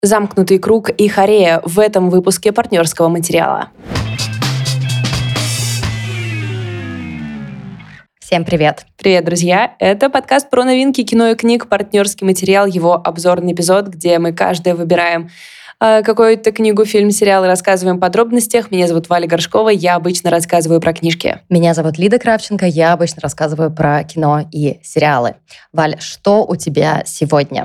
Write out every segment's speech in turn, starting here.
«Замкнутый круг» и «Хорея» в этом выпуске партнерского материала. Всем привет! Привет, друзья! Это подкаст про новинки кино и книг, партнерский материал, его обзорный эпизод, где мы каждый выбираем какую-то книгу, фильм, сериал и рассказываем о подробностях. Меня зовут Валя Горшкова, я обычно рассказываю про книжки. Меня зовут Лида Кравченко, я обычно рассказываю про кино и сериалы. Валь, что у тебя сегодня?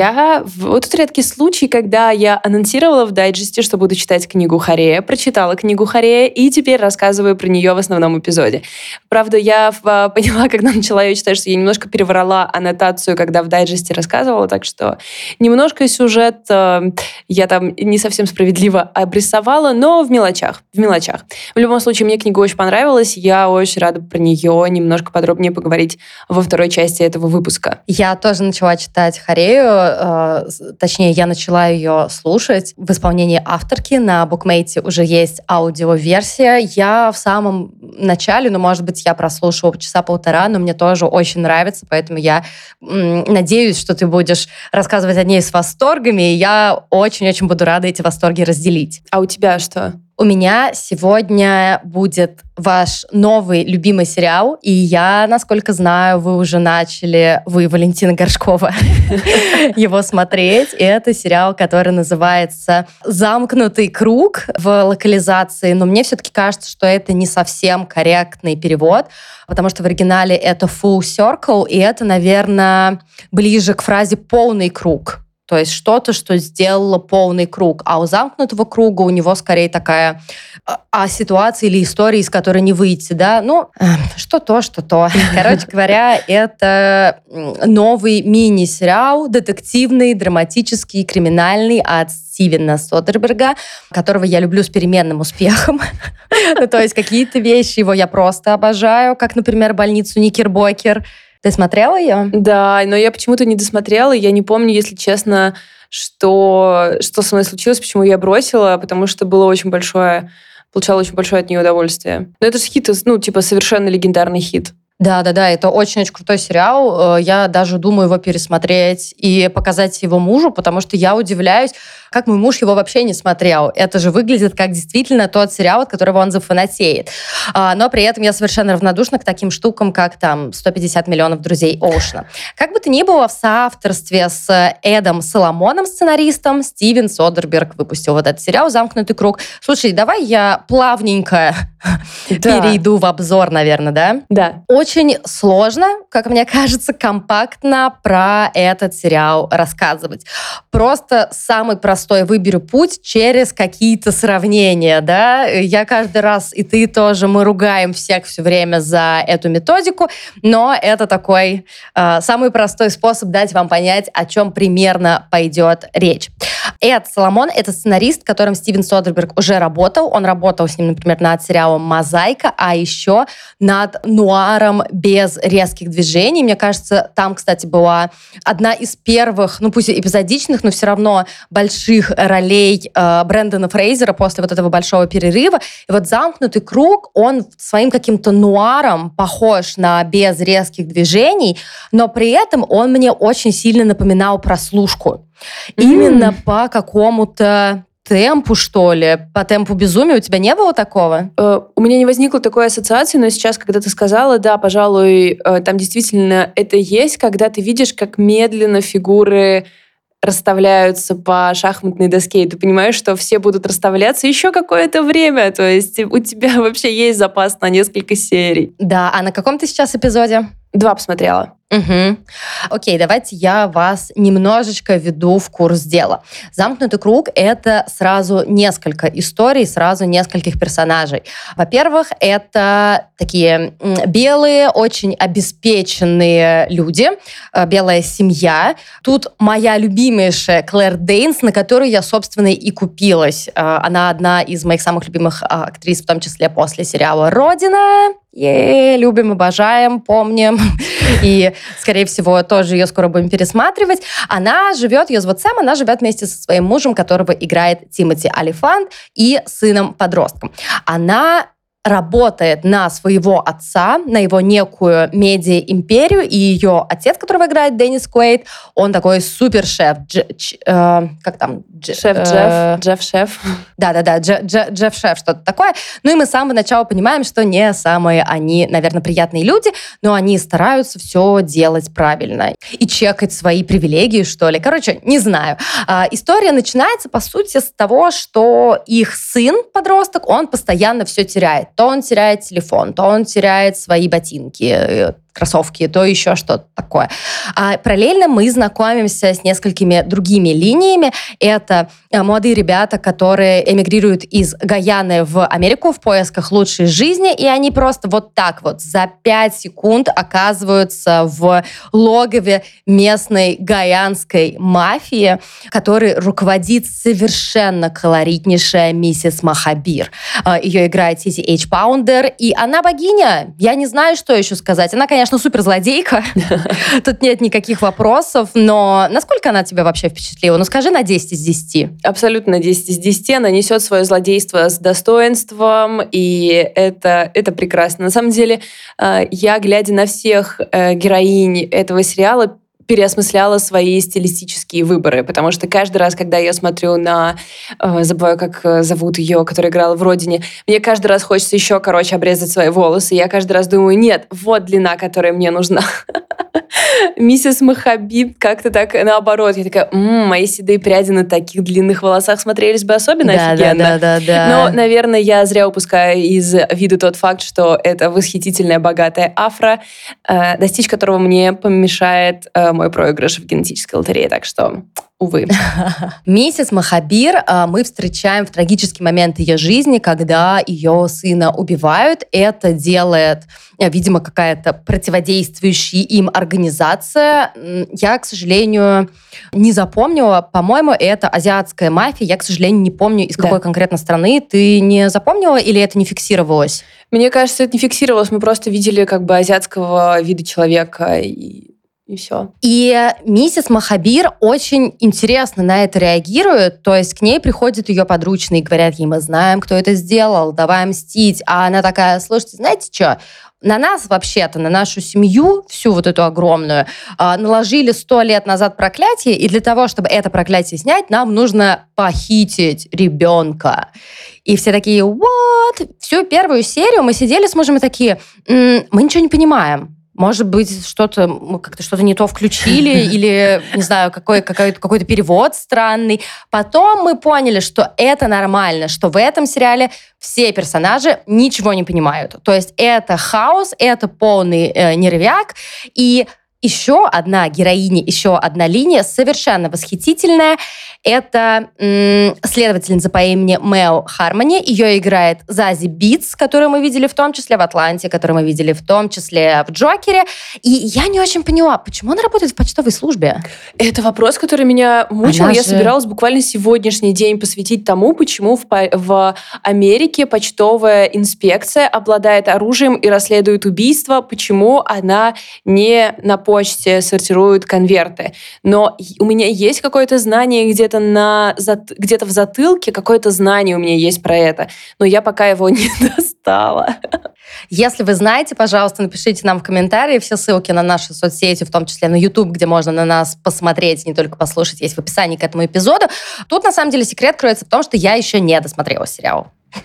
Вот тут редкий случай, когда я анонсировала в дайджесте, что буду читать книгу «Хорея», прочитала книгу «Хорея» и теперь рассказываю про нее в основном эпизоде. Правда, я поняла, когда начала ее читать, что я немножко переврала аннотацию, когда в дайджесте рассказывала, так что немножко сюжет я там не совсем справедливо обрисовала, но в мелочах. В любом случае, мне книга очень понравилась, я очень рада про нее немножко подробнее поговорить во второй части этого выпуска. Я тоже начала читать «Хорею», точнее, я начала ее слушать в исполнении авторки. На Букмейте уже есть аудиоверсия. Я в самом начале, может быть, я прослушала часа полтора, но мне тоже очень нравится, поэтому я надеюсь, что ты будешь рассказывать о ней с восторгами, и я очень-очень буду рада эти восторги разделить. А у тебя что? У меня сегодня будет ваш новый любимый сериал, и я, насколько знаю, вы, Валентина Горшкова, его смотреть. И это сериал, который называется «Замкнутый круг» в локализации, но мне все-таки кажется, что это не совсем корректный перевод, потому что в оригинале это «Full Circle», и это, наверное, ближе к фразе «полный круг». То есть что-то, что сделало полный круг. А у замкнутого круга у него скорее такая ситуация или история, из которой не выйти, да? Что то. Короче говоря, это новый мини-сериал, детективный, драматический, криминальный от Стивена Содерберга, которого я люблю с переменным успехом. То есть какие-то вещи его я просто обожаю, как, например, «Больницу Никербокер». Ты смотрела ее? Да, но я почему-то не досмотрела. Я не помню, если честно, что со мной случилось, почему я бросила, потому что получала очень большое от нее удовольствие. Но это же хит, совершенно легендарный хит. Да, это очень-очень крутой сериал. Я даже думаю его пересмотреть и показать его мужу, потому что я удивляюсь, как мой муж его вообще не смотрел. Это же выглядит как действительно тот сериал, от которого он зафанатеет. Но при этом я совершенно равнодушна к таким штукам, как там 150 миллионов друзей Оушена. Как бы то ни было, в соавторстве с Эдом Соломоном, сценаристом, Стивен Содерберг выпустил вот этот сериал «Замкнутый круг». Слушай, давай я плавненько перейду в обзор, наверное, да? Да. Очень сложно, как мне кажется, компактно про этот сериал рассказывать. Просто самый простой выберу путь через какие-то сравнения, да. Я каждый раз, и ты тоже, мы ругаем всех все время за эту методику, но это такой самый простой способ дать вам понять, о чем примерно пойдет речь. Эд Соломон — это сценарист, которым Стивен Содерберг уже работал. Он работал с ним, например, над сериалом «Мозаика», а еще над нуаром без резких движений. Мне кажется, там, кстати, была одна из первых, пусть и эпизодичных, но все равно больших ролей Брэндона Фрейзера после вот этого большого перерыва. И вот «Замкнутый круг», он своим каким-то нуаром похож на без резких движений, но при этом он мне очень сильно напоминал «Прослушку». Именно по какому-то темпу, что ли, по темпу безумия. У тебя не было такого? У меня не возникло такой ассоциации, но сейчас, когда ты сказала, да, пожалуй, там действительно это есть, когда ты видишь, как медленно фигуры расставляются по шахматной доске, и ты понимаешь, что все будут расставляться еще какое-то время, то есть у тебя вообще есть запас на несколько серий. Да, а на каком ты сейчас эпизоде? 2 посмотрела. Угу. Окей, давайте я вас немножечко введу в курс дела. «Замкнутый круг» — это сразу несколько историй, сразу нескольких персонажей. Во-первых, это такие белые, очень обеспеченные люди, белая семья. Тут моя любимейшая Клэр Дейнс, на которую я, собственно, и купилась. Она одна из моих самых любимых актрис, в том числе после сериала «Родина». Любим, обожаем, помним. И, скорее всего, тоже ее скоро будем пересматривать. Ее зовут Сэм, она живет вместе со своим мужем, которого играет Тимоти Олифант, и сыном-подростком. Она работает на своего отца, на его некую медиа-империю, и ее отец, которого играет Деннис Куэйд, он такой супершеф. Как там? Джефф-шеф. Да-да-да, Джефф-шеф, что-то такое. Ну и мы с самого начала понимаем, что не самые они, наверное, приятные люди, но они стараются все делать правильно и чекать свои привилегии, что ли. Короче, не знаю. История начинается, по сути, с того, что их сын, подросток, он постоянно все теряет. То он теряет телефон, то он теряет свои ботинки, кроссовки, то еще что-то такое. А параллельно мы знакомимся с несколькими другими линиями. Это молодые ребята, которые эмигрируют из Гаяны в Америку в поисках лучшей жизни, и они просто вот так вот за 5 секунд оказываются в логове местной гаянской мафии, которой руководит совершенно колоритнейшая миссис Махабир. Ее играет Тити Эйч Паундер, и она богиня. Я не знаю, что еще сказать. Она, конечно, суперзлодейка. Тут нет никаких вопросов, но насколько она тебя вообще впечатлила? Ну, скажи на 10 из 10. Абсолютно 10 из 10. Она несет свое злодейство с достоинством, и это прекрасно. На самом деле, я, глядя на всех героинь этого сериала, переосмысляла свои стилистические выборы, потому что каждый раз, когда я смотрю на... забываю, как зовут ее, которая играла в «Родине», мне каждый раз хочется еще короче обрезать свои волосы. Я каждый раз думаю, нет, вот длина, которая мне нужна. Миссис Махабир как-то так наоборот. Я такая, мои седые пряди на таких длинных волосах смотрелись бы особенно офигенно. Да. Но, наверное, я зря упускаю из виду тот факт, что это восхитительная, богатая афро, достичь которого мне помешает мой проигрыш в генетической лотерее. Так что, увы. Миссис Махабир мы встречаем в трагический момент ее жизни, когда ее сына убивают. Это делает, видимо, какая-то противодействующая им организация. Я, к сожалению, не запомнила. По-моему, это азиатская мафия. Я, к сожалению, не помню, из какой конкретно страны. Ты не запомнила или это не фиксировалось? Мне кажется, это не фиксировалось. Мы просто видели как бы азиатского вида человека и все. И миссис Махабир очень интересно на это реагирует. То есть к ней приходят ее подручные и говорят ей, мы знаем, кто это сделал, давай мстить. А она такая, слушайте, знаете что? На нас вообще-то, на нашу семью, всю вот эту огромную, наложили 100 лет назад проклятие, и для того, чтобы это проклятие снять, нам нужно похитить ребенка. И все такие, what? Всю первую серию мы сидели с мужем и такие, мы ничего не понимаем. Может быть, мы как-то что-то не то включили, или, не знаю, какой-то перевод странный. Потом мы поняли, что это нормально, что в этом сериале все персонажи ничего не понимают. То есть это хаос, это полный нервяк, и еще одна героиня, еще одна линия совершенно восхитительная. Это следовательница по имени Мэл Хармони. Ее играет Зази Битц, которую мы видели в том числе в «Атланте», которую мы видели в том числе в «Джокере». И я не очень поняла, почему она работает в почтовой службе? Это вопрос, который меня мучил. Я собиралась буквально сегодняшний день посвятить тому, почему в Америке почтовая инспекция обладает оружием и расследует убийства, почему она не на почте сортирует конверты. Но у меня есть какое-то знание где-то в затылке, какое-то знание у меня есть про это, но я пока его не достала. Если вы знаете, пожалуйста, напишите нам в комментарии. Все ссылки на наши соцсети, в том числе на YouTube, где можно на нас посмотреть, не только послушать, есть в описании к этому эпизоду. Тут, на самом деле, секрет кроется в том, что я еще не досмотрела сериал.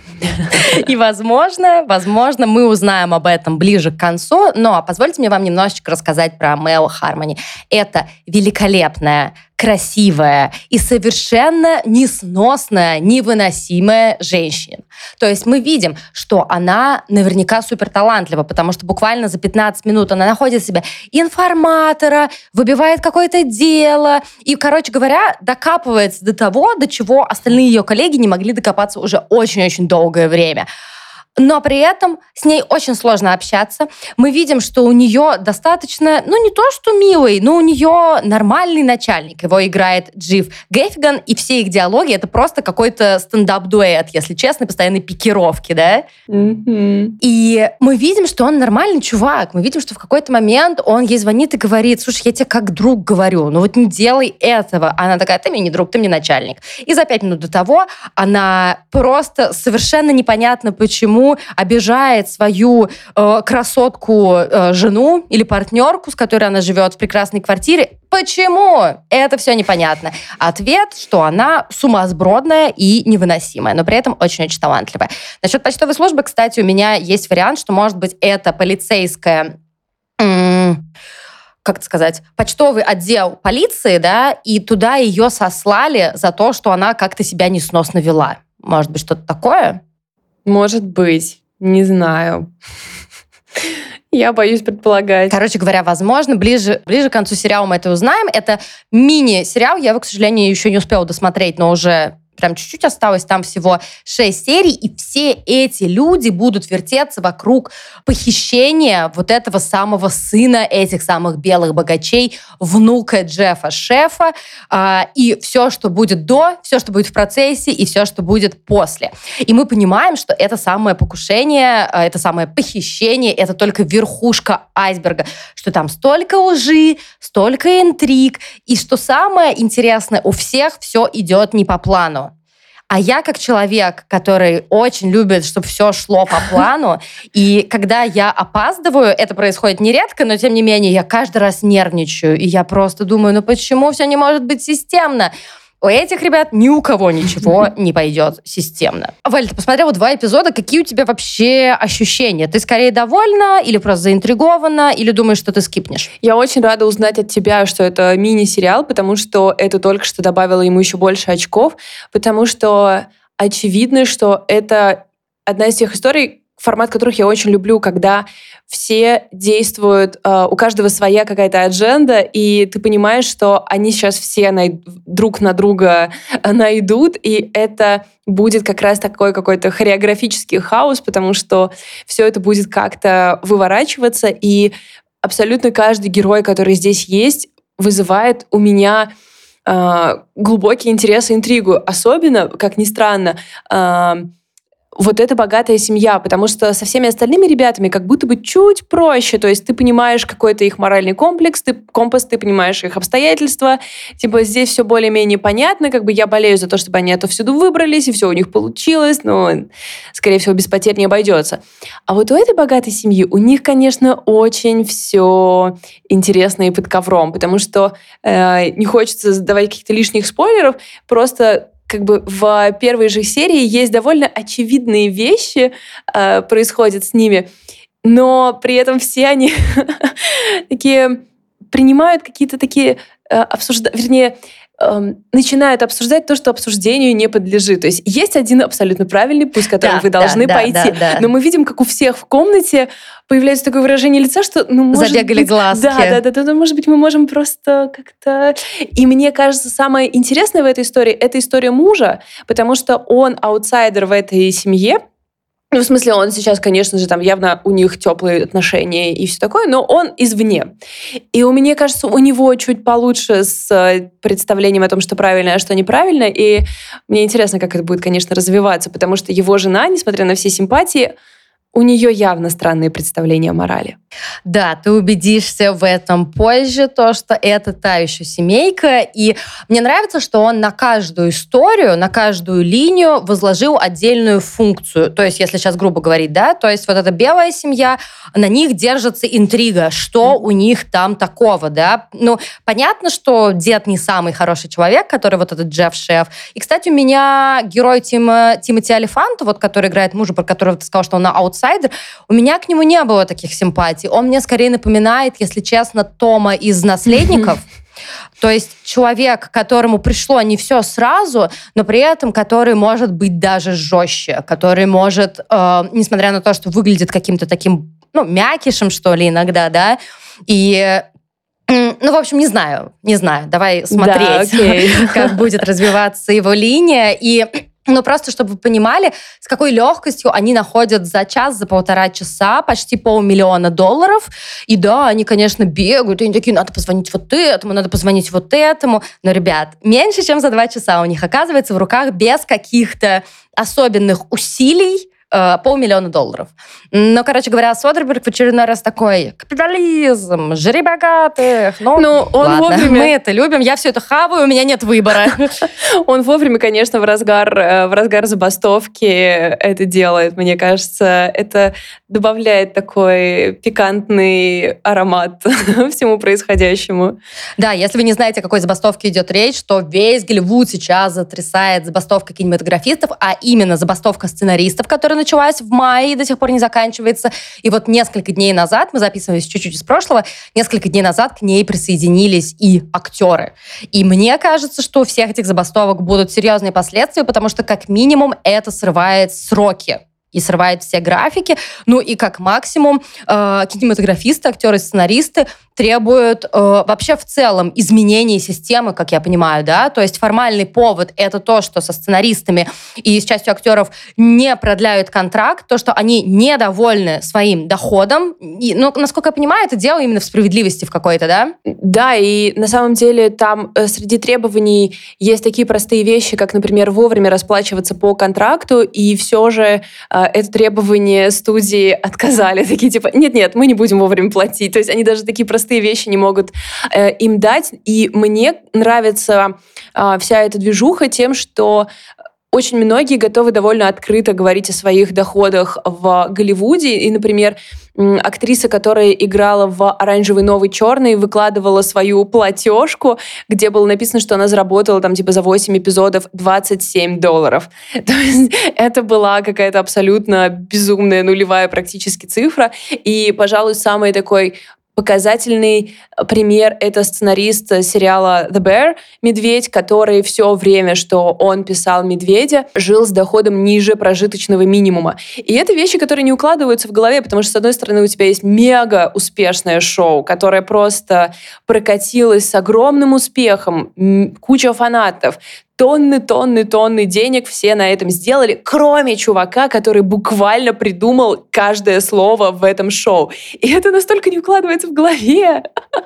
И, возможно, мы узнаем об этом ближе к концу, но позвольте мне вам немножечко рассказать про Мэл Хармони. Это великолепная, красивая и совершенно несносная, невыносимая женщина. То есть мы видим, что она наверняка суперталантлива, потому что буквально за 15 минут она находит себе информатора, выбивает какое-то дело и, короче говоря, докапывается до того, до чего остальные ее коллеги не могли докопаться уже очень-очень долгое время. Но при этом с ней очень сложно общаться. Мы видим, что у нее достаточно, не то что милый, но у нее нормальный начальник. Его играет Джив Гэффиган, и все их диалоги — это просто какой-то стендап-дуэт, если честно, постоянной пикировки, да? Mm-hmm. И мы видим, что он нормальный чувак. Мы видим, что в какой-то момент он ей звонит и говорит, слушай, я тебе как друг говорю, вот не делай этого. Она такая, ты мне не друг, ты мне начальник. И за 5 минут до того она просто совершенно непонятно почему почему обижает свою красотку жену или партнерку, с которой она живет в прекрасной квартире. Почему? Это все непонятно. Ответ, что она сумасбродная и невыносимая, но при этом очень-очень талантливая. Насчет почтовой службы, кстати, у меня есть вариант, что, может быть, это полицейская... как это сказать, почтовый отдел полиции, да, и туда ее сослали за то, что она как-то себя несносно вела. Может быть, что-то такое? Может быть. Не знаю. Я боюсь предполагать. Короче говоря, возможно, ближе к концу сериала мы это узнаем. Это мини-сериал, я его, к сожалению, еще не успела досмотреть, но уже прям чуть-чуть осталось, там всего 6 серий, и все эти люди будут вертеться вокруг похищения вот этого самого сына этих самых белых богачей, внука Джеффа Шефа, и все, что будет до, все, что будет в процессе, и все, что будет после. И мы понимаем, что это самое покушение, это самое похищение, это только верхушка айсберга, что там столько лжи, столько интриг, и что самое интересное, у всех все идет не по плану. А я как человек, который очень любит, чтобы все шло по плану, и когда я опаздываю, это происходит нередко, но тем не менее я каждый раз нервничаю, и я просто думаю, ну почему все не может быть системно? У этих ребят ни у кого ничего не пойдет системно. Валь, ты посмотрела 2 эпизода, какие у тебя вообще ощущения? Ты скорее довольна или просто заинтригована, или думаешь, что ты скипнешь? Я очень рада узнать от тебя, что это мини-сериал, потому что это только что добавило ему еще больше очков, потому что очевидно, что это одна из тех историй, формат которых я очень люблю, когда все действуют, у каждого своя какая-то адженда, и ты понимаешь, что они сейчас все друг на друга найдут, и это будет как раз такой какой-то хореографический хаос, потому что все это будет как-то выворачиваться, и абсолютно каждый герой, который здесь есть, вызывает у меня глубокий интерес и интригу. Особенно, как ни странно, вот эта богатая семья, потому что со всеми остальными ребятами как будто бы чуть проще, то есть ты понимаешь какой-то их моральный компас, ты понимаешь их обстоятельства, типа здесь все более-менее понятно, как бы я болею за то, чтобы они отовсюду выбрались, и все у них получилось, но, скорее всего, без потерь не обойдется. А вот у этой богатой семьи, у них, конечно, очень все интересно и под ковром, потому что не хочется задавать каких-то лишних спойлеров, просто как бы в первой же серии есть довольно очевидные вещи, происходят с ними, но при этом все они такие принимают какие-то такие начинают обсуждать то, что обсуждению не подлежит. То есть есть один абсолютно правильный путь, которым вы должны пойти. Но мы видим, как у всех в комнате появляется такое выражение лица, что, может забегали быть, глазки. Да, может быть, мы можем просто как-то... И мне кажется, самое интересное в этой истории — это история мужа, потому что он аутсайдер в этой семье. Ну, в смысле, он сейчас, конечно же, там явно у них теплые отношения и все такое, но он извне. И мне кажется, у него чуть получше с представлением о том, что правильно, а что неправильно. И мне интересно, как это будет, конечно, развиваться, потому что его жена, несмотря на все симпатии, у нее явно странные представления о морали. Да, ты убедишься в этом позже, то, что это та еще семейка. И мне нравится, что он на каждую историю, на каждую линию возложил отдельную функцию. То есть, если сейчас грубо говорить, да, то есть вот эта белая семья, на них держится интрига, что у них там такого, да. Ну, понятно, что дед не самый хороший человек, который вот этот Джефф Шеф. И, кстати, у меня герой Тимоти Олифанто, вот, который играет мужа, про которого ты сказал, что он аутсайдер, у меня к нему не было таких симпатий. Он мне скорее напоминает, если честно, Тома из «Наследников». То есть человек, которому пришло не все сразу, но при этом который может быть даже жестче, который может, несмотря на то, что выглядит каким-то таким, мякишем, что ли, иногда, да, и... в общем, не знаю. Давай смотреть, да, как будет развиваться его линия. И просто чтобы вы понимали, с какой легкостью они находят за час, за 1,5 часа почти $500 000. И да, они, конечно, бегают, и они такие, надо позвонить вот этому, надо позвонить вот этому. Но, ребят, меньше, чем за 2 часа у них оказывается в руках без каких-то особенных усилий $500 000. Но, короче говоря, Содерберг в очередной раз такой: капитализм, жри богатых. Ну, он ладно, вовремя... мы это любим, я все это хаваю, у меня нет выбора. Он вовремя, конечно, в разгар забастовки это делает, мне кажется. Это добавляет такой пикантный аромат всему происходящему. Да, если вы не знаете, о какой забастовке идет речь, то весь Голливуд сейчас затрясает забастовка кинематографистов, а именно забастовка сценаристов, которая началась в мае и до сих пор не заканчивается. И вот несколько дней назад, мы записывались чуть-чуть из прошлого, несколько дней назад к ней присоединились и актеры. И мне кажется, что у всех этих забастовок будут серьезные последствия, потому что как минимум это срывает сроки и срывает все графики. Ну и как максимум кинематографисты, актеры, сценаристы требуют вообще в целом изменений системы, как я понимаю, да? То есть формальный повод — это то, что со сценаристами и с частью актеров не продляют контракт, то, что они недовольны своим доходом. И, ну, насколько я понимаю, это дело именно в справедливости в какой-то, да? Да, и на самом деле там среди требований есть такие простые вещи, как, например, вовремя расплачиваться по контракту, и все же это требование студии отказали. Такие типа, нет, мы не будем вовремя платить. То есть они даже такие простые вещи не могут им дать. И мне нравится вся эта движуха тем, что очень многие готовы довольно открыто говорить о своих доходах в Голливуде. И, например, актриса, которая играла в «Оранжевый новый черный», выкладывала свою платежку, где было написано, что она заработала там типа за 8 эпизодов $27. То есть это была какая-то абсолютно безумная нулевая практически цифра. И, пожалуй, самый такой показательный пример — это сценарист сериала «The Bear», «Медведь», который все время, что он писал «Медведя», жил с доходом ниже прожиточного минимума. И это вещи, которые не укладываются в голове, потому что, с одной стороны, у тебя есть мега успешное шоу, которое просто прокатилось с огромным успехом, куча фанатов, тонны денег все на этом сделали, кроме чувака, который буквально придумал каждое слово в этом шоу. И это настолько не укладывается в голове.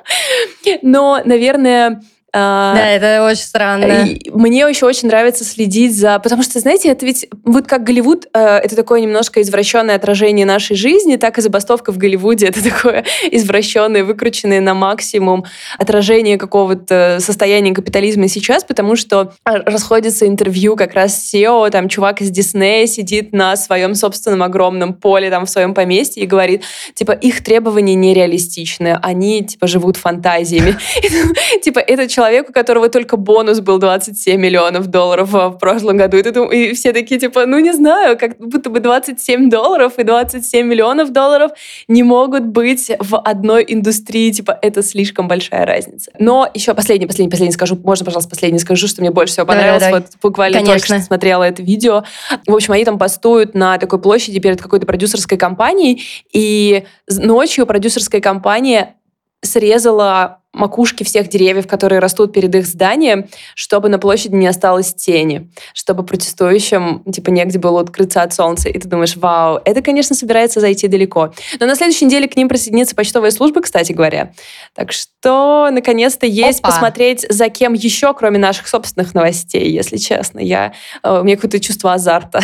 Но, наверное... Да, это очень странно. Мне еще очень нравится следить за... Потому что, знаете, это ведь вот как Голливуд, это такое немножко извращенное отражение нашей жизни, так и забастовка в Голливуде — это такое извращенное, выкрученное на максимум отражение какого-то состояния капитализма сейчас, потому что расходится интервью как раз с SEO, там чувак из Диснея сидит на своем собственном огромном поле, там в своем поместье и говорит, типа, их требования нереалистичны, они, типа, живут фантазиями. Типа, этот человек, у которого только бонус был $27 миллионов в прошлом году. И все такие, типа, ну не знаю, как будто бы $27 и $27 миллионов не могут быть в одной индустрии. Типа, это слишком большая разница. Но еще последний скажу. Можно, пожалуйста, последний скажу, что мне больше всего понравилось. Давай. Вот буквально Конечно. только что смотрела это видео. В общем, они там постуют на такой площади перед какой-то продюсерской компанией, и ночью продюсерская компания срезала макушки всех деревьев, которые растут перед их зданием, чтобы на площади не осталось тени, чтобы протестующим типа негде было укрыться от солнца. И ты думаешь, вау, это, конечно, собирается зайти далеко. Но на следующей неделе к ним присоединится почтовая служба, кстати говоря. Так что, наконец-то, есть посмотреть, за кем еще, кроме наших собственных новостей, если честно. У меня какое-то чувство азарта.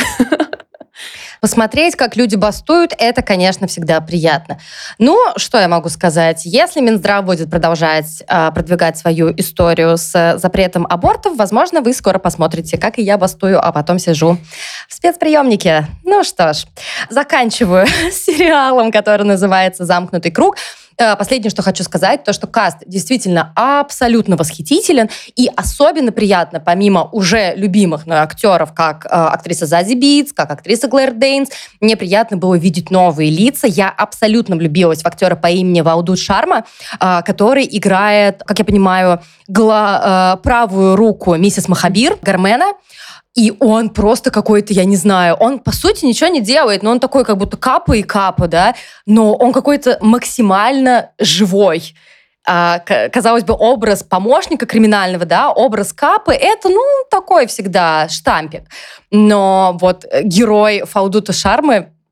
Посмотреть, как люди бастуют, это, конечно, всегда приятно. Ну, что я могу сказать? Если Минздрав будет продолжать продвигать свою историю с запретом абортов, возможно, вы скоро посмотрите, как и я бастую, а потом сижу в спецприемнике. Ну что ж, заканчиваю сериалом, который называется «Замкнутый круг». Последнее, что хочу сказать, то, что каст действительно абсолютно восхитителен, и особенно приятно, помимо уже любимых актеров, как актриса Зази Битц, как актриса Клэр Дейнс, мне приятно было видеть новые лица. Я абсолютно влюбилась в актера по имени Ваудут Шарма, который играет, как я понимаю, правую руку миссис Махабир, Гармена. И он просто какой-то, я не знаю, он, по сути, ничего не делает, но он такой, как будто капа и капа, да, но он какой-то максимально живой. Казалось бы, образ помощника криминального, да, образ капы, это, такой всегда штампик. Но вот герой Ваудута Шармы,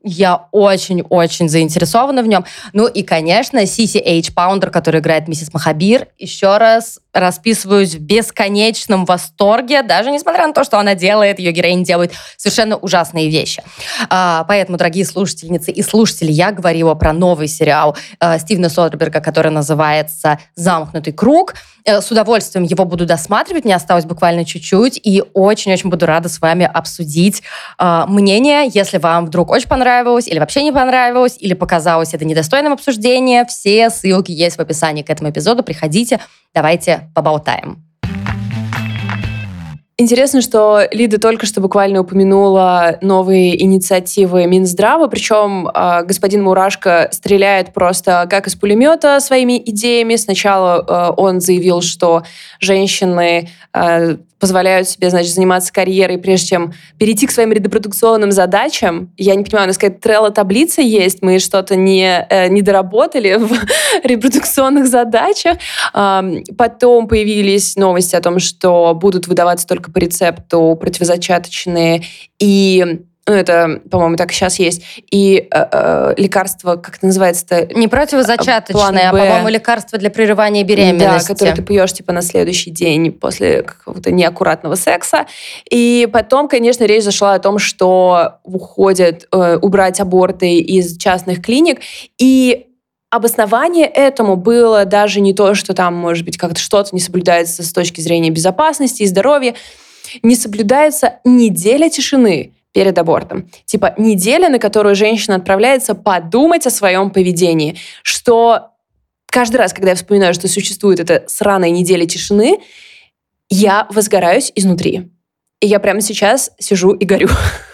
Я очень-очень заинтересована в нем. Ну и, конечно, Сиси Эйч Паундер, который играет миссис Махабир, еще раз расписываюсь в бесконечном восторге, даже несмотря на то, что она делает, ее героиня делает совершенно ужасные вещи. Поэтому, дорогие слушательницы и слушатели, я говорила про новый сериал Стивена Содерберга, который называется «Замкнутый круг». С удовольствием его буду досматривать, мне осталось буквально чуть-чуть, и очень-очень буду рада с вами обсудить мнение, если вам вдруг очень понравилось, или вообще не понравилось, или показалось это недостойным обсуждения. Все ссылки есть в описании к этому эпизоду, приходите, давайте поболтаем. Интересно, что Лида только что буквально упомянула новые инициативы Минздрава, причем господин Мурашко стреляет просто как из пулемета своими идеями. Сначала он заявил, что женщины позволяют себе, значит, заниматься карьерой, прежде чем перейти к своим репродукционным задачам. Я не понимаю, у нас какая-то Trello-таблица есть, мы что-то не доработали в репродукционных задачах. Потом появились новости о том, что будут выдаваться только по рецепту противозачаточные и... Ну, это, по-моему, так сейчас есть. И лекарство, как это называется-то? Не противозачаточное, а, по-моему, лекарство для прерывания беременности. Да, которое ты пьешь, типа, на следующий день после какого-то неаккуратного секса. И потом, конечно, речь зашла о том, что уходят убрать аборты из частных клиник. И обоснование этому было даже не то, что там, может быть, как-то что-то не соблюдается с точки зрения безопасности и здоровья. Не соблюдается неделя тишины перед абортом. Типа неделя, на которую женщина отправляется подумать о своем поведении. Что каждый раз, когда я вспоминаю, что существует эта сраная неделя тишины, я возгораюсь изнутри. И я прямо сейчас сижу и горю.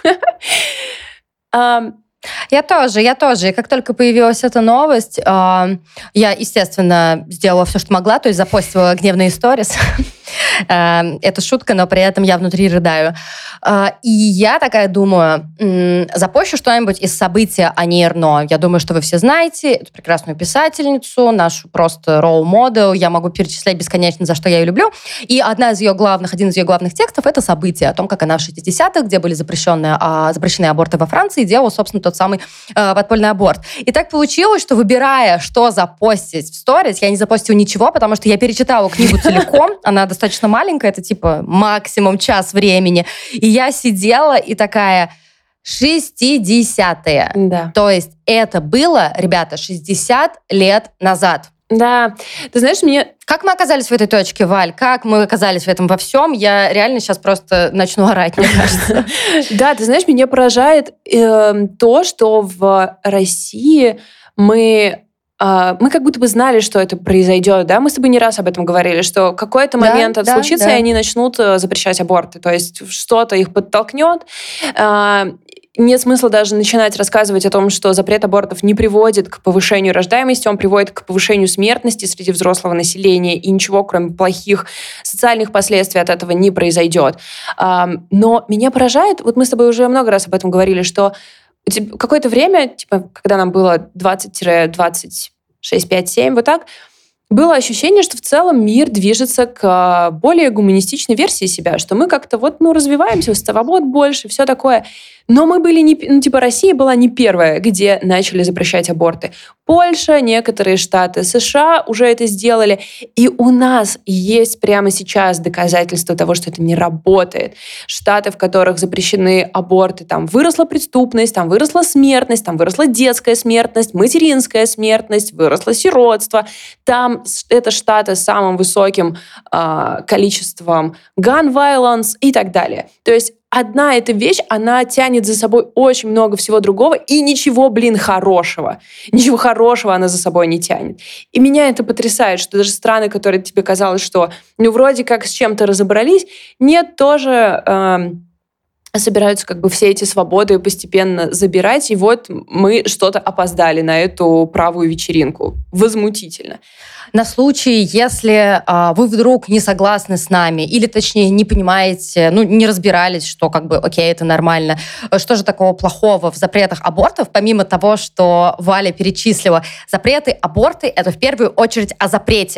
Я тоже. И как только появилась эта новость, я, естественно, сделала все, что могла, то есть запостила гневные сторис. Это шутка, но при этом я внутри рыдаю. И я такая думаю, запущу что-нибудь из события Ани Эрно. Я думаю, что вы все знаете эту прекрасную писательницу, нашу просто role-model. Я могу перечислять бесконечно, за что я ее люблю. И один из ее главных текстов — это событие о том, как она в 60-х, где были запрещены аборты во Франции, делала, собственно, тот самый подпольный аборт. И так получилось, что, выбирая, что запостить в сторис, я не запостила ничего, потому что я перечитала книгу целиком. Она достаточно маленькая, это типа максимум час времени. И я сидела и такая: 60-е. Да. То есть это было, ребята, 60 лет назад. Да. Ты знаешь, Как мы оказались в этой точке, Валь? Как мы оказались в этом во всем? Я реально сейчас просто начну орать, мне кажется. Да, ты знаешь, меня поражает то, что в России мы как будто бы знали, что это произойдет, да? Мы с тобой не раз об этом говорили, что какой-то момент это случится, и они начнут запрещать аборты. То есть что-то их подтолкнет. Нет смысла даже начинать рассказывать о том, что запрет абортов не приводит к повышению рождаемости, он приводит к повышению смертности среди взрослого населения, и ничего, кроме плохих социальных последствий от этого не произойдет. Но меня поражает, вот мы с тобой уже много раз об этом говорили, что какое-то время, типа, когда нам было 20-26, 5, 7, вот так, было ощущение, что в целом мир движется к более гуманистичной версии себя, что мы как-то развиваемся, свобод больше, все такое. Но мы были Россия была не первая, где начали запрещать аборты. Польша, некоторые штаты США уже это сделали. И у нас есть прямо сейчас доказательства того, что это не работает. Штаты, в которых запрещены аборты, там выросла преступность, там выросла смертность, там выросла детская смертность, материнская смертность, выросло сиротство. Там это штаты с самым высоким количеством gun violence и так далее. То есть одна эта вещь, она тянет за собой очень много всего другого, и ничего, хорошего. Ничего хорошего она за собой не тянет. И меня это потрясает, что даже страны, которые тебе казалось, что вроде как с чем-то разобрались, нет, тоже собираются все эти свободы постепенно забирать, и вот мы что-то опоздали на эту правую вечеринку. Возмутительно. На случай, если вы вдруг не согласны с нами, или, точнее, не понимаете, не разбирались, что окей, это нормально, что же такого плохого в запретах абортов, помимо того, что Валя перечислила, запреты, аборты — это в первую очередь о запрете.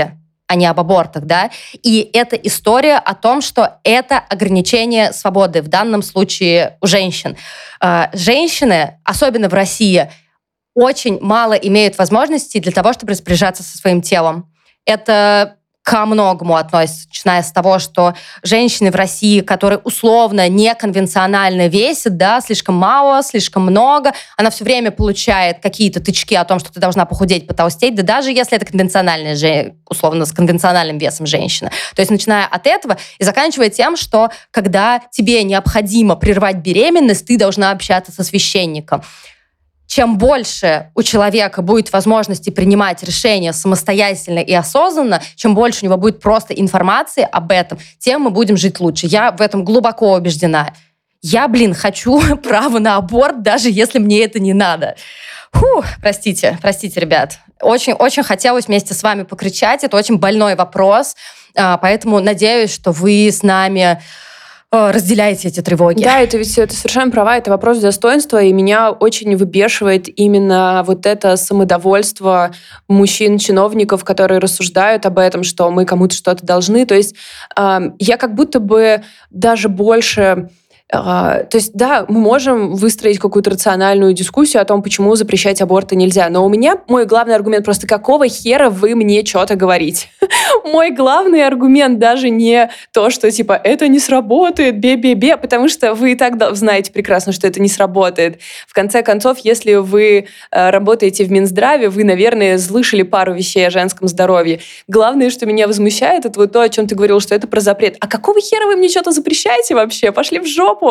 а не об абортах, да, и это история о том, что это ограничение свободы, в данном случае у женщин. Женщины, особенно в России, очень мало имеют возможностей для того, чтобы распоряжаться со своим телом. Это ко многому относится, начиная с того, что женщины в России, которые условно неконвенционально весят, да, слишком мало, слишком много, она все время получает какие-то тычки о том, что ты должна похудеть, потолстеть, да даже если это конвенциональная, условно, с конвенциональным весом женщина. То есть начиная от этого и заканчивая тем, что когда тебе необходимо прервать беременность, ты должна общаться со священником. Чем больше у человека будет возможности принимать решения самостоятельно и осознанно, чем больше у него будет просто информации об этом, тем мы будем жить лучше. Я в этом глубоко убеждена. Я, хочу право на аборт, даже если мне это не надо. Простите, ребят. Очень хотелось вместе с вами покричать. Это очень больной вопрос. Поэтому надеюсь, что вы с нами разделяете эти тревоги. Да, это совершенно права, это вопрос достоинства, и меня очень выбешивает именно вот это самодовольство мужчин-чиновников, которые рассуждают об этом, что мы кому-то что-то должны. То есть я как будто бы даже больше... То есть, да, мы можем выстроить какую-то рациональную дискуссию о том, почему запрещать аборты нельзя. Но у меня мой главный аргумент просто: какого хера вы мне что-то говорите? Мой главный аргумент даже не то, что типа это не сработает, бе-бе-бе, потому что вы и так знаете прекрасно, что это не сработает. В конце концов, если вы работаете в Минздраве, вы, наверное, слышали пару вещей о женском здоровье. Главное, что меня возмущает, это вот то, о чем ты говорил, что это про запрет. А какого хера вы мне что-то запрещаете вообще? Пошли в жопу!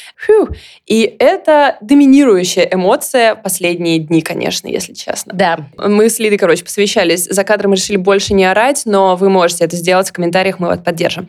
И это доминирующая эмоция последние дни, конечно, если честно. Да. Мы с Лидой, посовещались за кадром и решили больше не орать, но вы можете это сделать в комментариях, мы вас поддержим.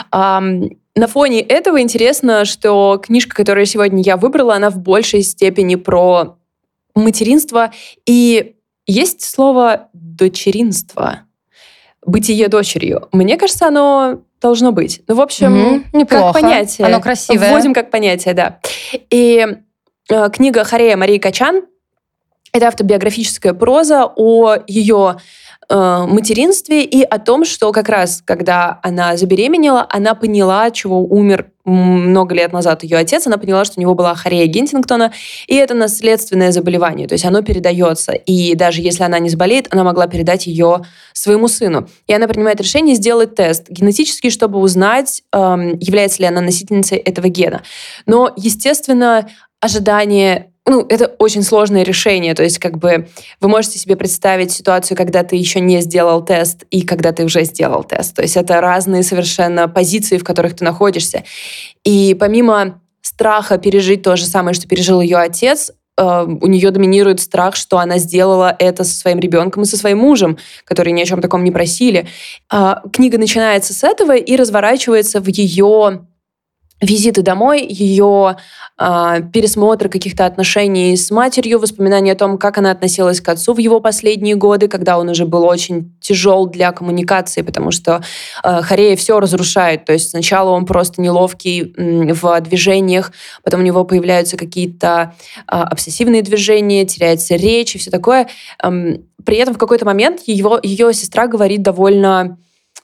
На фоне этого интересно, что книжка, которую сегодня я выбрала, она в большей степени про материнство. И есть слово «дочеринство», «бытие дочерью». Мне кажется, оно должно быть. В общем, неплохо. Как понятие. Оно красивое. Вводим как понятие, да. И книга Хорея Марии Качан — это автобиографическая проза о ее материнстве и о том, что как раз, когда она забеременела, она поняла, чего умер много лет назад ее отец, она поняла, что у него была хорея Гентингтона, и это наследственное заболевание, то есть оно передается. И даже если она не заболеет, она могла передать ее своему сыну. И она принимает решение сделать тест генетический, чтобы узнать, является ли она носительницей этого гена. Но, естественно, ожидание... это очень сложное решение. То есть, вы можете себе представить ситуацию, когда ты еще не сделал тест и когда ты уже сделал тест. То есть, это разные совершенно позиции, в которых ты находишься. И помимо страха пережить то же самое, что пережил ее отец, у нее доминирует страх, что она сделала это со своим ребенком и со своим мужем, которые ни о чем таком не просили. Книга начинается с этого и разворачивается в ее визиты домой, ее пересмотр каких-то отношений с матерью, воспоминания о том, как она относилась к отцу в его последние годы, когда он уже был очень тяжел для коммуникации, потому что Хорея все разрушает. То есть сначала он просто неловкий в движениях, потом у него появляются какие-то обсессивные движения, теряется речь и все такое. При этом в какой-то момент ее сестра говорит довольно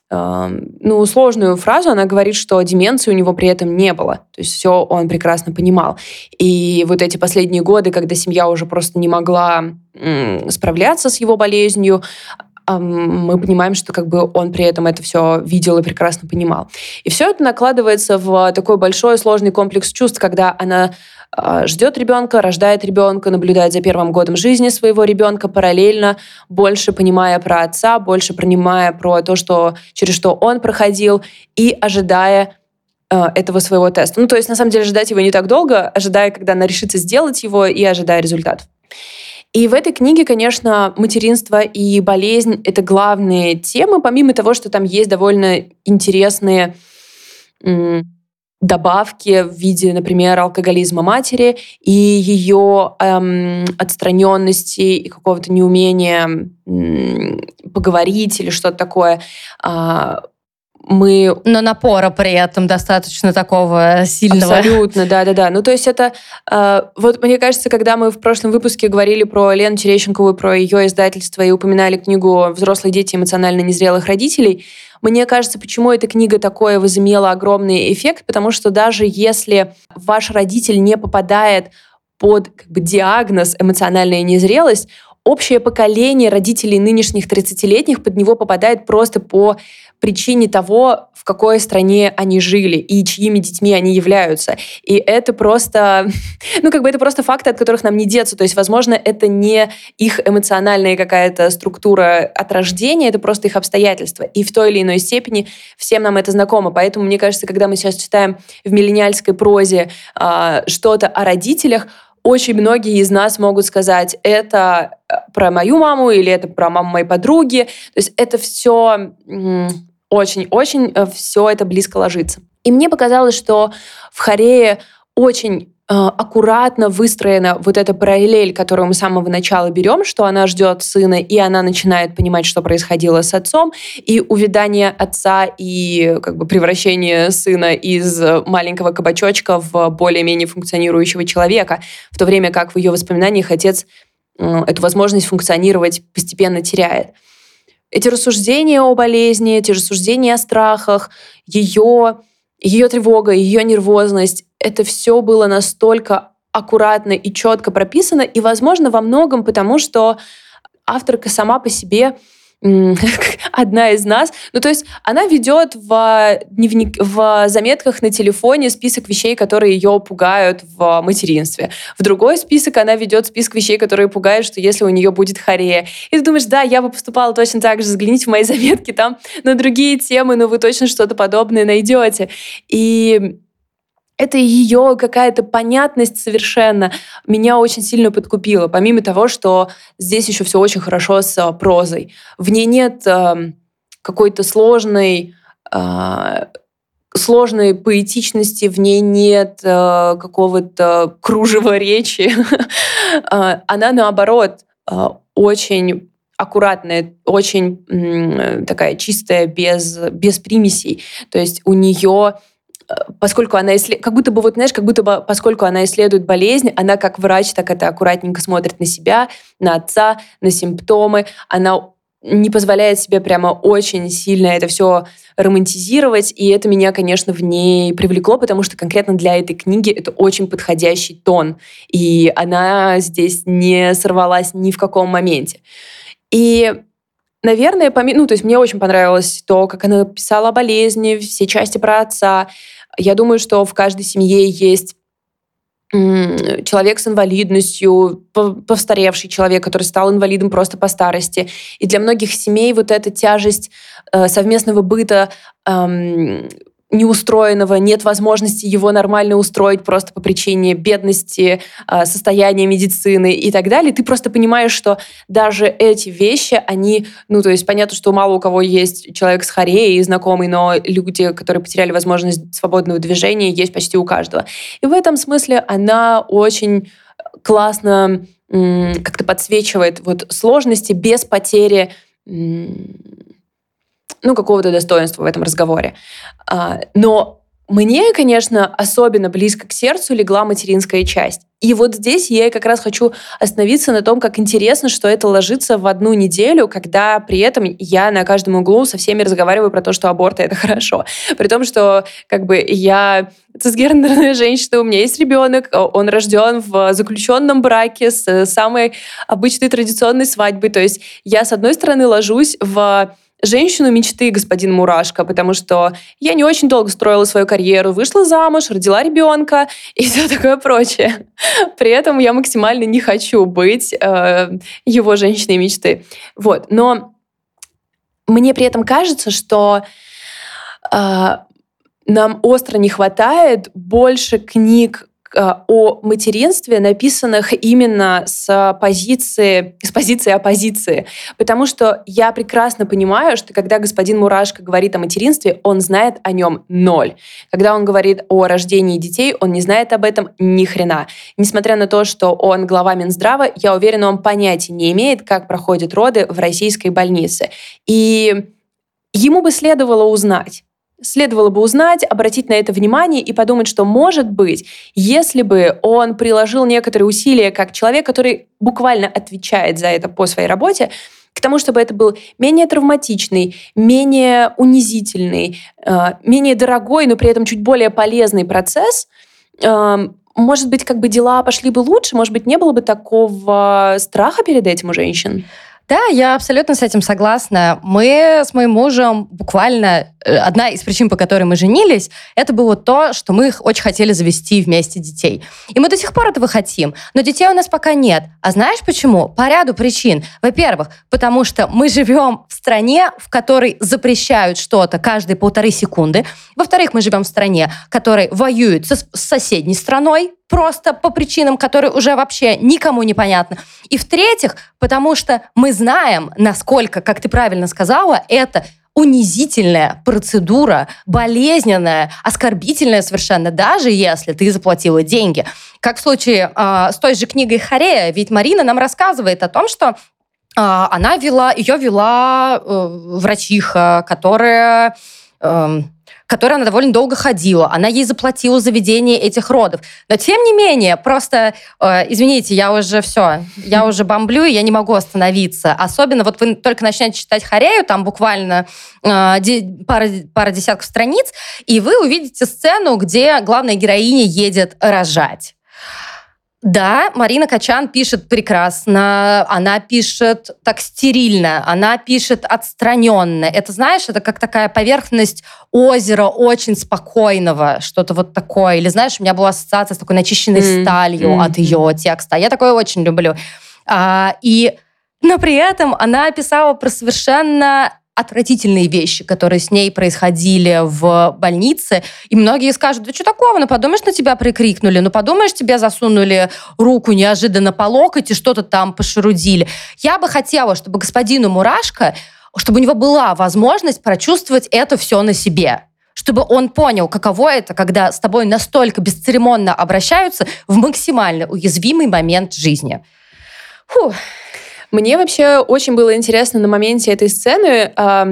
сложную фразу. Она говорит, что деменции у него при этом не было. То есть все он прекрасно понимал. И вот эти последние годы, когда семья уже просто не могла справляться с его болезнью, мы понимаем, что он при этом это все видел и прекрасно понимал. И все это накладывается в такой большой сложный комплекс чувств, когда она ждет ребенка, рождает ребенка, наблюдает за первым годом жизни своего ребенка, параллельно больше понимая про отца, больше понимая про то, через что он проходил, и ожидая этого своего теста. То есть, на самом деле, ждать его не так долго, ожидая, когда она решится сделать его, и ожидая результатов. И в этой книге, конечно, материнство и болезнь — это главные темы, помимо того, что там есть довольно интересные добавки в виде, например, алкоголизма матери и ее отстраненности и какого-то неумения поговорить или что-то такое. Но напора при этом достаточно такого сильного. Абсолютно, да-да-да. Ну, то есть это... вот мне кажется, когда мы в прошлом выпуске говорили про Лену Терещенкову, про ее издательство и упоминали книгу «Взрослые дети эмоционально незрелых родителей», мне кажется, почему эта книга такое возымела огромный эффект, потому что даже если ваш родитель не попадает под диагноз эмоциональная незрелость, общее поколение родителей нынешних 30-летних под него попадает просто по причине того, в какой стране они жили и чьими детьми они являются. И это просто, это просто факты, от которых нам не деться. То есть, возможно, это не их эмоциональная какая-то структура от рождения, это просто их обстоятельства. И в той или иной степени всем нам это знакомо. Поэтому, мне кажется, когда мы сейчас читаем в миллениальской прозе что-то о родителях, очень многие из нас могут сказать, это про мою маму или это про маму моей подруги. То есть это все очень-очень все это близко ложится. И мне показалось, что в Хорее очень аккуратно выстроена вот эта параллель, которую мы с самого начала берем, что она ждет сына, и она начинает понимать, что происходило с отцом, и увядание отца, и превращение сына из маленького кабачочка в более-менее функционирующего человека, в то время как в ее воспоминаниях отец эту возможность функционировать постепенно теряет. Эти рассуждения о болезни, эти рассуждения о страхах, ее тревога, ее нервозность, это все было настолько аккуратно и четко прописано, и, возможно, во многом потому, что авторка сама по себе одна из нас. Ну, то есть она ведет в заметках на телефоне список вещей, которые ее пугают в материнстве. В другой список она ведет список вещей, которые пугают, что если у нее будет хорея. И ты думаешь, да, я бы поступала точно так же, взгляните в мои заметки, там на другие темы, но вы точно что-то подобное найдете. И это ее какая-то понятность совершенно меня очень сильно подкупила, помимо того, что здесь еще все очень хорошо с прозой. В ней нет какой-то сложной поэтичности, в ней нет какого-то кружева речи. Она, наоборот, очень аккуратная, очень такая чистая, без примесей. То есть у нее... Поскольку она поскольку она исследует болезнь, она как врач так это аккуратненько смотрит на себя, на отца, на симптомы. Она не позволяет себе прямо очень сильно это все романтизировать, и это меня, конечно, в ней привлекло, потому что конкретно для этой книги это очень подходящий тон, и она здесь не сорвалась ни в каком моменте. И наверное, то есть мне очень понравилось то, как она писала о болезни, все части про отца. Я думаю, что в каждой семье есть человек с инвалидностью, повстаревший человек, который стал инвалидом просто по старости. И для многих семей вот эта тяжесть совместного быта неустроенного, нет возможности его нормально устроить просто по причине бедности, состояния медицины и так далее. Ты просто понимаешь, что даже эти вещи, они, то есть понятно, что мало у кого есть человек с хореей знакомый, но люди, которые потеряли возможность свободного движения, есть почти у каждого. И в этом смысле она очень классно как-то подсвечивает сложности без потери какого-то достоинства в этом разговоре. Но мне, конечно, особенно близко к сердцу легла материнская часть. И вот здесь я как раз хочу остановиться на том, как интересно, что это ложится в одну неделю, когда при этом я на каждом углу со всеми разговариваю про то, что аборты — это хорошо. При том, что я цисгендерная женщина, у меня есть ребенок, он рожден в заключенном браке с самой обычной традиционной свадьбой. То есть я, с одной стороны, ложусь в женщину мечты, господин Мурашко, потому что я не очень долго строила свою карьеру, вышла замуж, родила ребенка и все такое прочее. При этом я максимально не хочу быть его женщиной мечты. Но мне при этом кажется, что нам остро не хватает больше книг о материнстве, написанных именно с позиции оппозиции. Потому что я прекрасно понимаю, что когда господин Мурашко говорит о материнстве, он знает о нем ноль. Когда он говорит о рождении детей, он не знает об этом ни хрена. Несмотря на то, что он глава Минздрава, я уверена, он понятия не имеет, как проходят роды в российской больнице. И ему бы следовало узнать. следовало бы узнать, обратить на это внимание и подумать, что, может быть, если бы он приложил некоторые усилия как человек, который буквально отвечает за это по своей работе, к тому, чтобы это был менее травматичный, менее унизительный, менее дорогой, но при этом чуть более полезный процесс, может быть, как бы дела пошли бы лучше, может быть, не было бы такого страха перед этим у женщин? Да, я абсолютно с этим согласна. Мы с моим мужем буквально... Одна из причин, по которой мы женились, это было то, что мы очень хотели завести вместе детей. И мы до сих пор этого хотим. Но детей у нас пока нет. А знаешь почему? По ряду причин. Во-первых, потому что мы живем в стране, в которой запрещают что-то каждые 1,5 секунды. Во-вторых, мы живем в стране, которая воюет с соседней страной, просто по причинам, которые уже вообще никому не понятны. И в-третьих, потому что мы знаем, насколько, как ты правильно сказала, это унизительная процедура, болезненная, оскорбительная совершенно, даже если ты заплатила деньги. Как в случае с той же книгой Хорея, ведь Марина нам рассказывает о том, что ее вела врачиха, которая она довольно долго ходила. Она ей заплатила за ведение этих родов. Но тем не менее, просто, извините, я уже бомблю, и я не могу остановиться. Особенно вот вы только начнете читать Хорею, там буквально пара десятков страниц, и вы увидите сцену, где главная героиня едет рожать. Да, Марина Качан пишет прекрасно, она пишет так стерильно, она пишет отстраненно. Это, знаешь, это как такая поверхность озера очень спокойного, что-то вот такое. Или, знаешь, у меня была ассоциация с такой начищенной сталью от ее текста. Я такое очень люблю. Но при этом она писала про совершенно отвратительные вещи, которые с ней происходили в больнице. И многие скажут, да что такого, ну подумаешь, на тебя прикрикнули, ну подумаешь, тебе засунули руку неожиданно по локоть и что-то там пошерудили. Я бы хотела, чтобы господину Мурашко, чтобы у него была возможность прочувствовать это все на себе. Чтобы он понял, каково это, когда с тобой настолько бесцеремонно обращаются в максимально уязвимый момент жизни. Фух. Мне вообще очень было интересно на моменте этой сцены,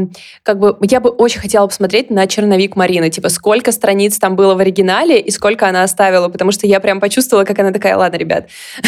я бы очень хотела посмотреть на черновик Марины, типа сколько страниц там было в оригинале и сколько она оставила, потому что я прям почувствовала, как она такая, ладно, ребят,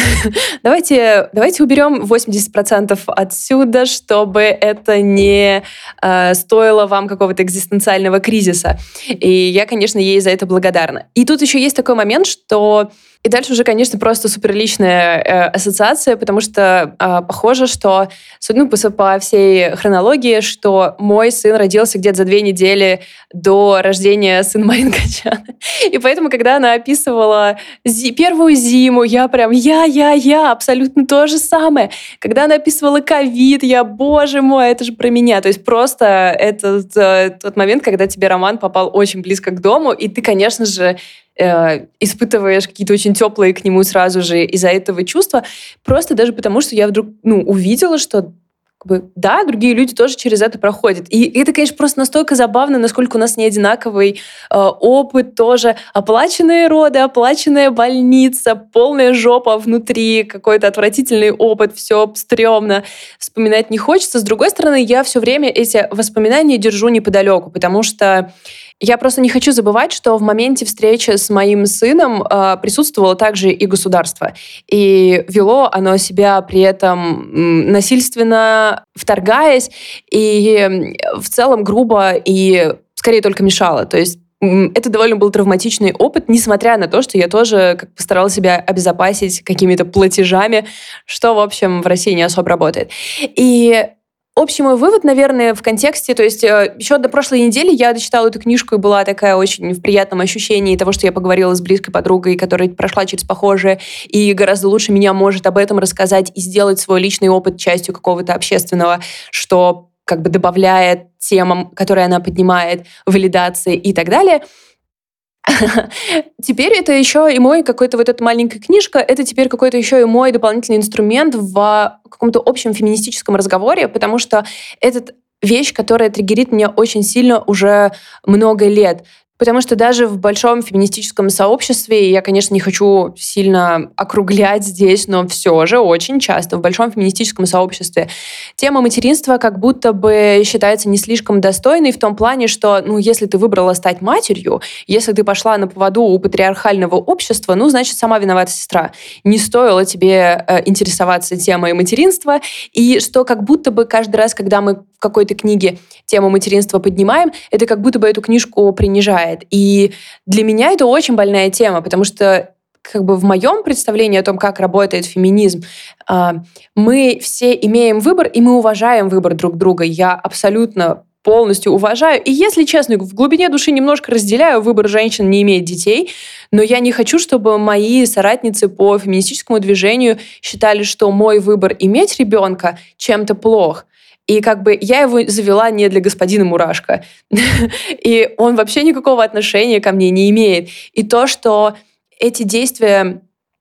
давайте уберем 80% отсюда, чтобы это не стоило вам какого-то экзистенциального кризиса. И я, конечно, ей за это благодарна. И тут еще есть такой момент, что... И дальше уже, конечно, просто суперличная ассоциация, потому что похоже, что, по всей хронологии, что мой сын родился где-то за 2 недели до рождения сына Марины Качан. И поэтому, когда она описывала первую зиму, я абсолютно то же самое. Когда она описывала ковид, боже мой, это же про меня. То есть просто это тот момент, когда тебе роман попал очень близко к дому, и ты, конечно же, испытываешь какие-то очень теплые к нему сразу же из-за этого чувства, просто даже потому, что я вдруг увидела, что да, другие люди тоже через это проходят. И это, конечно, просто настолько забавно, насколько у нас не одинаковый опыт тоже. Оплаченные роды, оплаченная больница, полная жопа внутри, какой-то отвратительный опыт, все стрёмно. Вспоминать не хочется. С другой стороны, я все время эти воспоминания держу неподалеку, потому что я просто не хочу забывать, что в моменте встречи с моим сыном присутствовало также и государство. И вело оно себя при этом насильственно вторгаясь и в целом грубо и скорее только мешало. То есть это довольно был травматичный опыт, несмотря на то, что я тоже постаралась себя обезопасить какими-то платежами, что, в общем, в России не особо работает. И общий мой вывод, наверное, в контексте, то есть еще до прошлой недели я дочитала эту книжку и была такая очень в приятном ощущении того, что я поговорила с близкой подругой, которая прошла через похожее и гораздо лучше меня может об этом рассказать и сделать свой личный опыт частью какого-то общественного, что добавляет темам, которые она поднимает, валидации и так далее. Теперь это еще и мой какой-то вот эта маленькая книжка, это теперь какой-то еще и мой дополнительный инструмент в каком-то общем феминистическом разговоре, потому что это вещь, которая триггерит меня очень сильно уже много лет. Потому что даже в большом феминистическом сообществе, я, конечно, не хочу сильно округлять здесь, но все же очень часто в большом феминистическом сообществе тема материнства как будто бы считается не слишком достойной в том плане, что, если ты выбрала стать матерью, если ты пошла на поводу у патриархального общества, значит, сама виновата сестра. Не стоило тебе интересоваться темой материнства, и что как будто бы каждый раз, когда мы в какой-то книге тему материнства поднимаем, это как будто бы эту книжку принижает. И для меня это очень больная тема, потому что в моем представлении о том, как работает феминизм, мы все имеем выбор, и мы уважаем выбор друг друга. Я абсолютно полностью уважаю. И, если честно, в глубине души немножко разделяю выбор женщин не иметь детей, но я не хочу, чтобы мои соратницы по феминистическому движению считали, что мой выбор иметь ребенка чем-то плох. И я его завела не для господина Мурашко. И он вообще никакого отношения ко мне не имеет. И то, что эти действия,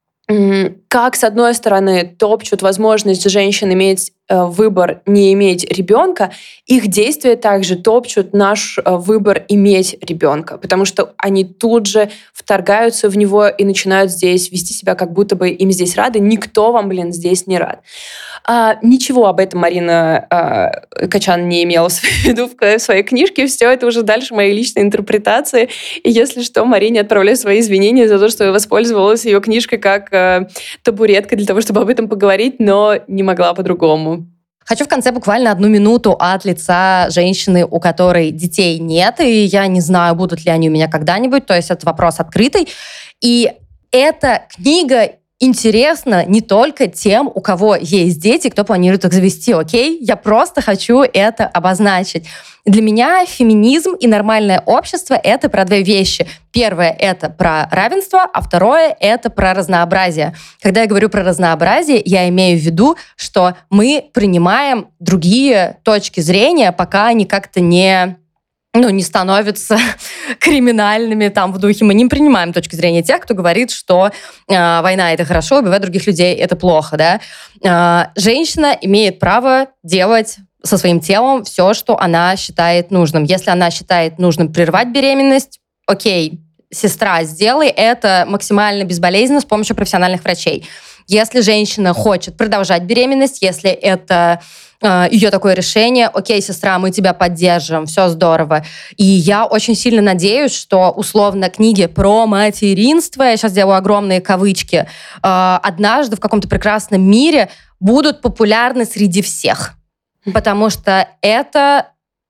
как, с одной стороны, топчут возможность женщин иметь выбор не иметь ребенка, их действия также топчут наш выбор иметь ребенка, потому что они тут же вторгаются в него и начинают здесь вести себя, как будто бы им здесь рады. Никто вам, здесь не рад. Ничего об этом Марина Качан не имела в виду в своей книжке. Все это уже дальше мои личные интерпретации. И если что, Марине отправляю свои извинения за то, что я воспользовалась ее книжкой как табуреткой для того, чтобы об этом поговорить, но не могла по-другому. Хочу в конце буквально 1 минуту от лица женщины, у которой детей нет, и я не знаю, будут ли они у меня когда-нибудь, то есть это вопрос открытый. И эта книга интересна не только тем, у кого есть дети, кто планирует их завести, окей? Я просто хочу это обозначить. Для меня феминизм и нормальное общество — это про 2 вещи. Первое — это про равенство, а второе — это про разнообразие. Когда я говорю про разнообразие, я имею в виду, что мы принимаем другие точки зрения, пока они как-то не становятся криминальными в духе. Мы не принимаем точки зрения тех, кто говорит, что война — это хорошо, убивать других людей — это плохо. Да? Женщина имеет право делать со своим телом все, что она считает нужным. Если она считает нужным прервать беременность, окей, сестра, сделай это максимально безболезненно с помощью профессиональных врачей. Если женщина хочет продолжать беременность, если это ее такое решение, окей, сестра, мы тебя поддержим, все здорово. И я очень сильно надеюсь, что условно книги про материнство, я сейчас делаю огромные кавычки, однажды в каком-то прекрасном мире будут популярны среди всех. Потому что это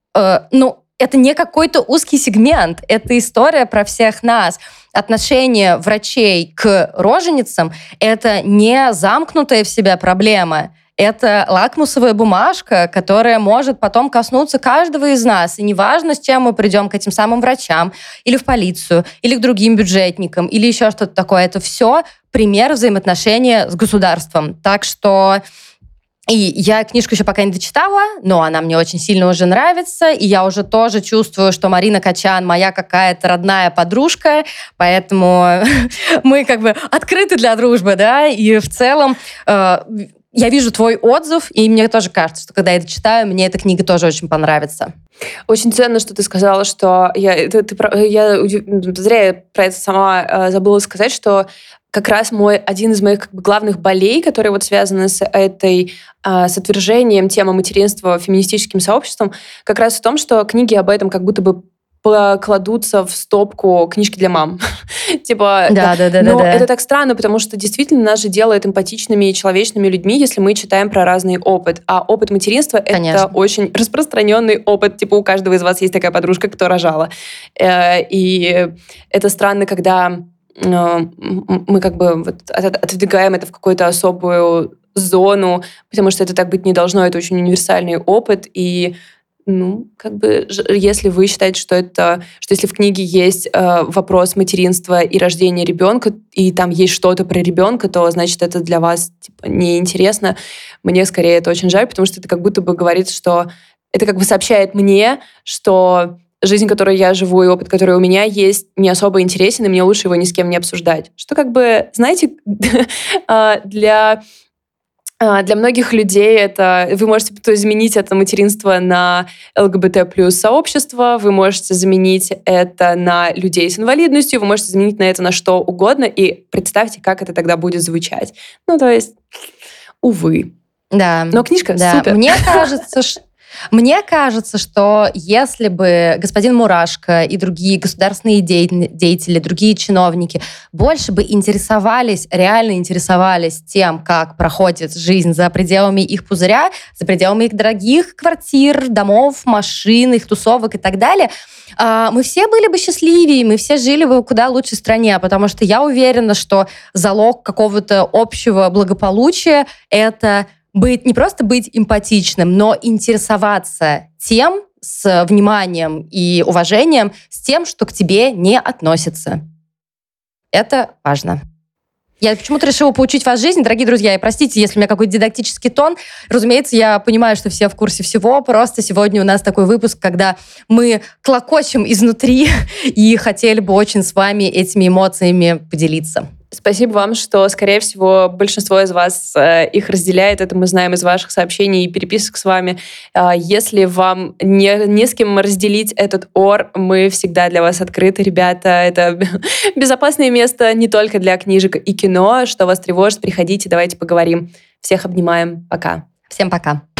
не какой-то узкий сегмент, это история про всех нас. Отношение врачей к роженицам — это не замкнутая в себя проблема, это лакмусовая бумажка, которая может потом коснуться каждого из нас. И неважно, с чем мы придем к этим самым врачам, или в полицию, или к другим бюджетникам, или еще что-то такое. Это все пример взаимоотношения с государством. Так что... И я книжку еще пока не дочитала, но она мне очень сильно уже нравится, и я уже тоже чувствую, что Марина Качан моя какая-то родная подружка, поэтому мы открыты для дружбы, да, и в целом я вижу твой отзыв, и мне тоже кажется, что когда я это читаю, мне эта книга тоже очень понравится. Очень ценно, что ты сказала, что зря я про это сама забыла сказать, что как раз один из моих главных болей, которые связаны с с отвержением темы материнства феминистическим сообществом, как раз в том, что книги об этом как будто бы покладутся в стопку книжки для мам. Да. Это так странно, потому что действительно нас же делает эмпатичными и человечными людьми, если мы читаем про разный опыт. А опыт материнства — это очень распространенный опыт. У каждого из вас есть такая подружка, кто рожала. И это странно, когда мы отодвигаем это в какую-то особую зону, потому что это так быть не должно, это очень универсальный опыт, и если вы считаете, что если в книге есть вопрос материнства и рождения ребенка, и там есть что-то про ребенка, то, значит, это для вас неинтересно. Мне скорее это очень жаль, потому что это как будто бы говорит, что это сообщает мне, что жизнь, которой я живу, и опыт, который у меня есть, не особо интересен, и мне лучше его ни с кем не обсуждать. Что знаете, для Для многих людей это вы можете изменить это материнство на ЛГБТ плюс сообщество, вы можете заменить это на людей с инвалидностью, вы можете заменить на это на что угодно, и представьте, как это тогда будет звучать. То есть, увы. Да. Но книжка супер. Мне кажется, что если бы господин Мурашко и другие государственные деятели, другие чиновники больше бы реально интересовались тем, как проходит жизнь за пределами их пузыря, за пределами их дорогих квартир, домов, машин, их тусовок и так далее, мы все были бы счастливее, мы все жили бы в куда лучшей стране, потому что я уверена, что залог какого-то общего благополучия — это не просто быть эмпатичным, но интересоваться тем с вниманием и уважением, с тем, что к тебе не относится. Это важно. Я почему-то решила поучить вас жизни, дорогие друзья, и простите, если у меня какой-то дидактический тон. Разумеется, я понимаю, что все в курсе всего, просто сегодня у нас такой выпуск, когда мы клокочем изнутри и хотели бы очень с вами этими эмоциями поделиться. Спасибо вам, что, скорее всего, большинство из вас их разделяет. Это мы знаем из ваших сообщений и переписок с вами. Если вам не с кем разделить этот ор, мы всегда для вас открыты, ребята. Это безопасное место не только для книжек и кино. Что вас тревожит, приходите, давайте поговорим. Всех обнимаем. Пока. Всем пока.